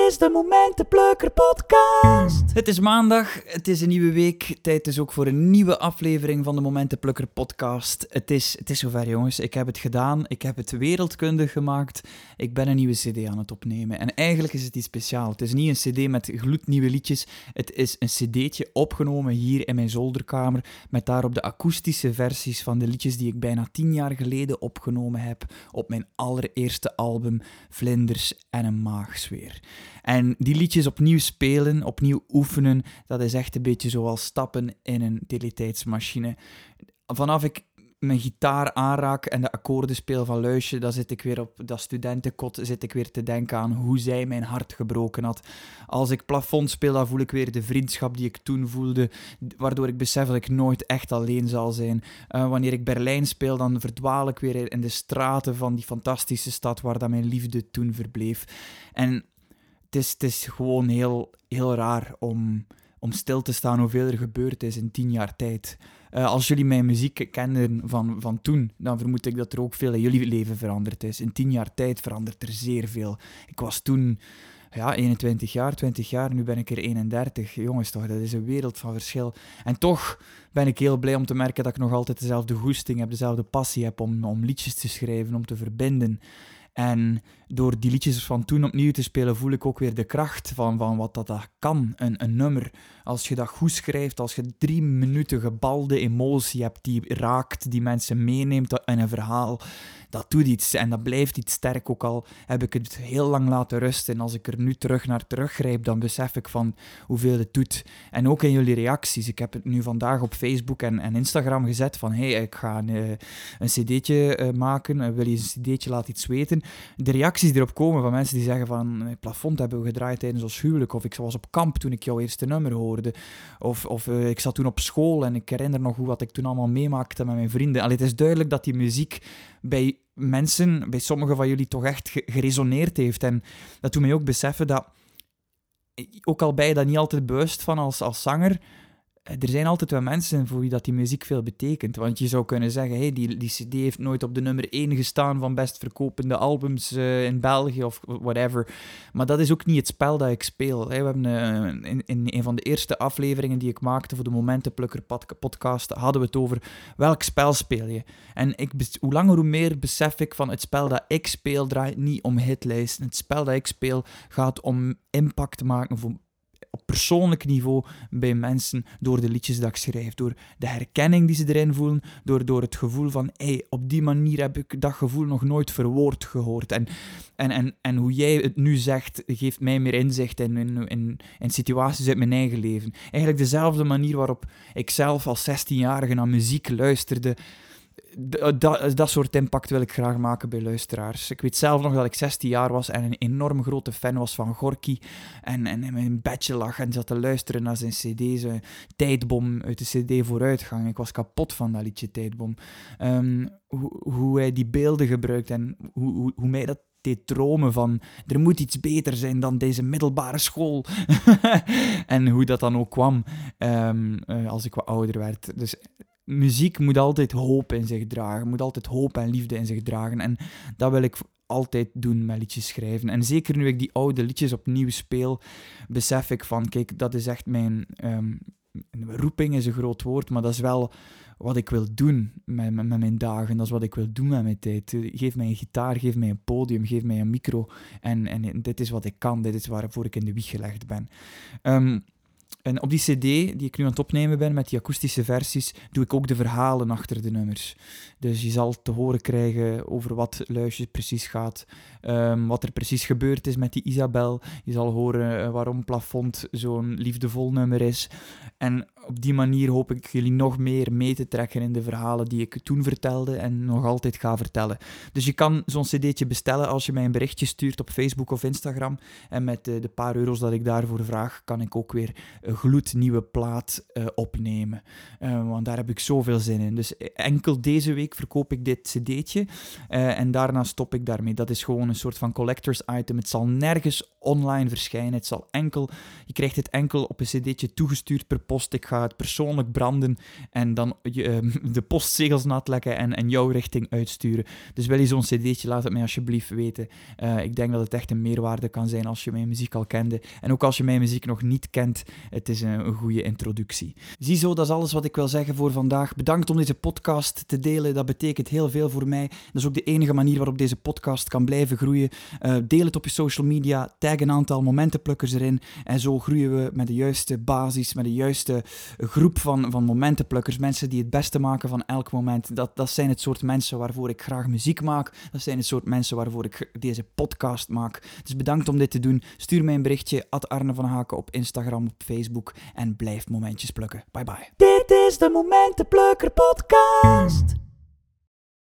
is de Momentenplukker podcast. Het is maandag, het is een nieuwe week. Tijd dus ook voor een nieuwe aflevering van de Momentenplukker podcast. Het is zover, jongens. Ik heb het gedaan. Ik heb het wereldkundig gemaakt. Ik ben een nieuwe cd aan het opnemen. En eigenlijk is het iets speciaals. Het is niet een cd met gloednieuwe liedjes. Het is een cd'tje opgenomen hier in mijn zolderkamer, met daarop de akoestische versies van de liedjes die ik bijna 10 jaar geleden opgenomen heb op mijn allereerste album Vlinders en een Maagzweer. En die liedjes opnieuw spelen, opnieuw oefenen, dat is echt een beetje zoals stappen in een teletijdsmachine. Vanaf ik mijn gitaar aanraak en de akkoorden speel van Luisje, dan zit ik weer op dat studentenkot, zit ik weer te denken aan hoe zij mijn hart gebroken had. Als ik Plafond speel, dan voel ik weer de vriendschap die ik toen voelde, waardoor ik besef dat ik nooit echt alleen zal zijn. Wanneer ik Berlijn speel, dan verdwaal ik weer in de straten van die fantastische stad waar dat mijn liefde toen verbleef. En het is gewoon heel, heel raar om stil te staan hoeveel er gebeurd is in 10 jaar tijd. Als jullie mijn muziek kenden van toen, dan vermoed ik dat er ook veel in jullie leven veranderd is. In 10 jaar tijd verandert er zeer veel. Ik was toen 21 jaar, 20 jaar, nu ben ik er 31. Jongens toch, dat is een wereld van verschil. En toch ben ik heel blij om te merken dat ik nog altijd dezelfde goesting heb, dezelfde passie heb om liedjes te schrijven, om te verbinden. En door die liedjes van toen opnieuw te spelen, voel ik ook weer de kracht van wat dat kan, een nummer. Als je dat goed schrijft, als je 3 minuten gebalde emotie hebt die raakt, die mensen meeneemt in een verhaal, dat doet iets en dat blijft iets sterk. Ook al heb ik het heel lang laten rusten en als ik er nu naar teruggrijp, dan besef ik van hoeveel het doet. En ook in jullie reacties. Ik heb het nu vandaag op Facebook en Instagram gezet van hey, ik ga een cd'tje maken, wil je een cd'tje, laat iets weten. De reacties die erop komen van mensen die zeggen van Plafond hebben we gedraaid tijdens ons huwelijk, of ik was op kamp toen ik jouw eerste nummer hoorde, of ik zat toen op school en ik herinner nog wat ik toen allemaal meemaakte met mijn vrienden. Allee, het is duidelijk dat die muziek bij mensen, bij sommigen van jullie toch echt geresoneerd heeft. En dat doet mij ook beseffen dat, ook al ben je dat niet altijd bewust van als zanger, er zijn altijd wel mensen voor wie dat die muziek veel betekent. Want je zou kunnen zeggen, hey, die cd heeft nooit op de nummer 1 gestaan van best verkopende albums in België of whatever. Maar dat is ook niet het spel dat ik speel. We hebben in een van de eerste afleveringen die ik maakte voor de Momentenplukker podcast, hadden we het over welk spel speel je. En hoe langer hoe meer besef ik van het spel dat ik speel draait niet om hitlijsten. Het spel dat ik speel gaat om impact te maken op persoonlijk niveau bij mensen door de liedjes dat ik schrijf, door de herkenning die ze erin voelen, door het gevoel van hey, op die manier heb ik dat gevoel nog nooit verwoord gehoord. En hoe jij het nu zegt, geeft mij meer inzicht in situaties uit mijn eigen leven. Eigenlijk dezelfde manier waarop ik zelf als 16-jarige naar muziek luisterde. Dat soort impact wil ik graag maken bij luisteraars. Ik weet zelf nog dat ik 16 jaar was en een enorm grote fan was van Gorky. En in mijn bedje lag en zat te luisteren naar zijn cd, zijn Tijdbom uit de cd Vooruitgang. Ik was kapot van dat liedje Tijdbom. Hoe hij die beelden gebruikt en hoe mij dat deed dromen van er moet iets beter zijn dan deze middelbare school. En hoe dat dan ook kwam als ik wat ouder werd. Dus muziek moet altijd hoop in zich dragen, moet altijd hoop en liefde in zich dragen. En dat wil ik altijd doen met liedjes schrijven. En zeker nu ik die oude liedjes opnieuw speel, besef ik van, kijk, dat is echt mijn roeping is een groot woord, maar dat is wel wat ik wil doen met mijn dagen. Dat is wat ik wil doen met mijn tijd. Geef mij een gitaar, geef mij een podium, geef mij een micro. En dit is wat ik kan, dit is waarvoor ik in de wieg gelegd ben. En op die cd die ik nu aan het opnemen ben, met die akoestische versies, doe ik ook de verhalen achter de nummers. Dus je zal te horen krijgen over wat Luisje precies gaat, wat er precies gebeurd is met die Isabel. Je zal horen waarom Plafond zo'n liefdevol nummer is. En op die manier hoop ik jullie nog meer mee te trekken in de verhalen die ik toen vertelde en nog altijd ga vertellen. Dus je kan zo'n cd'tje bestellen als je mij een berichtje stuurt op Facebook of Instagram. En met de paar euro's dat ik daarvoor vraag, kan ik ook weer gloednieuwe plaat opnemen. Want daar heb ik zoveel zin in. Dus enkel deze week verkoop ik dit cd'tje en daarna stop ik daarmee. Dat is gewoon een soort van collectors item. Het zal nergens online verschijnen. Je krijgt het enkel op een cd'tje toegestuurd per post. Ik ga het persoonlijk branden en dan de postzegels natlekken en jouw richting uitsturen. Dus wil je zo'n cd'tje, laat het mij alsjeblieft weten. Ik denk dat het echt een meerwaarde kan zijn als je mijn muziek al kende. En ook als je mijn muziek nog niet kent, het is een goede introductie. Ziezo, dat is alles wat ik wil zeggen voor vandaag. Bedankt om deze podcast te delen. Dat betekent heel veel voor mij. Dat is ook de enige manier waarop deze podcast kan blijven groeien. Deel het op je social media. Tag een aantal momentenplukkers erin. En zo groeien we met de juiste basis, met de juiste groep van momentenplukkers. Mensen die het beste maken van elk moment. Dat zijn het soort mensen waarvoor ik graag muziek maak. Dat zijn het soort mensen waarvoor ik deze podcast maak. Dus bedankt om dit te doen. Stuur mij een berichtje, @Arne van Haken op Instagram, op Facebook. En blijf momentjes plukken. Bye bye. Dit is de Momentenplukker podcast.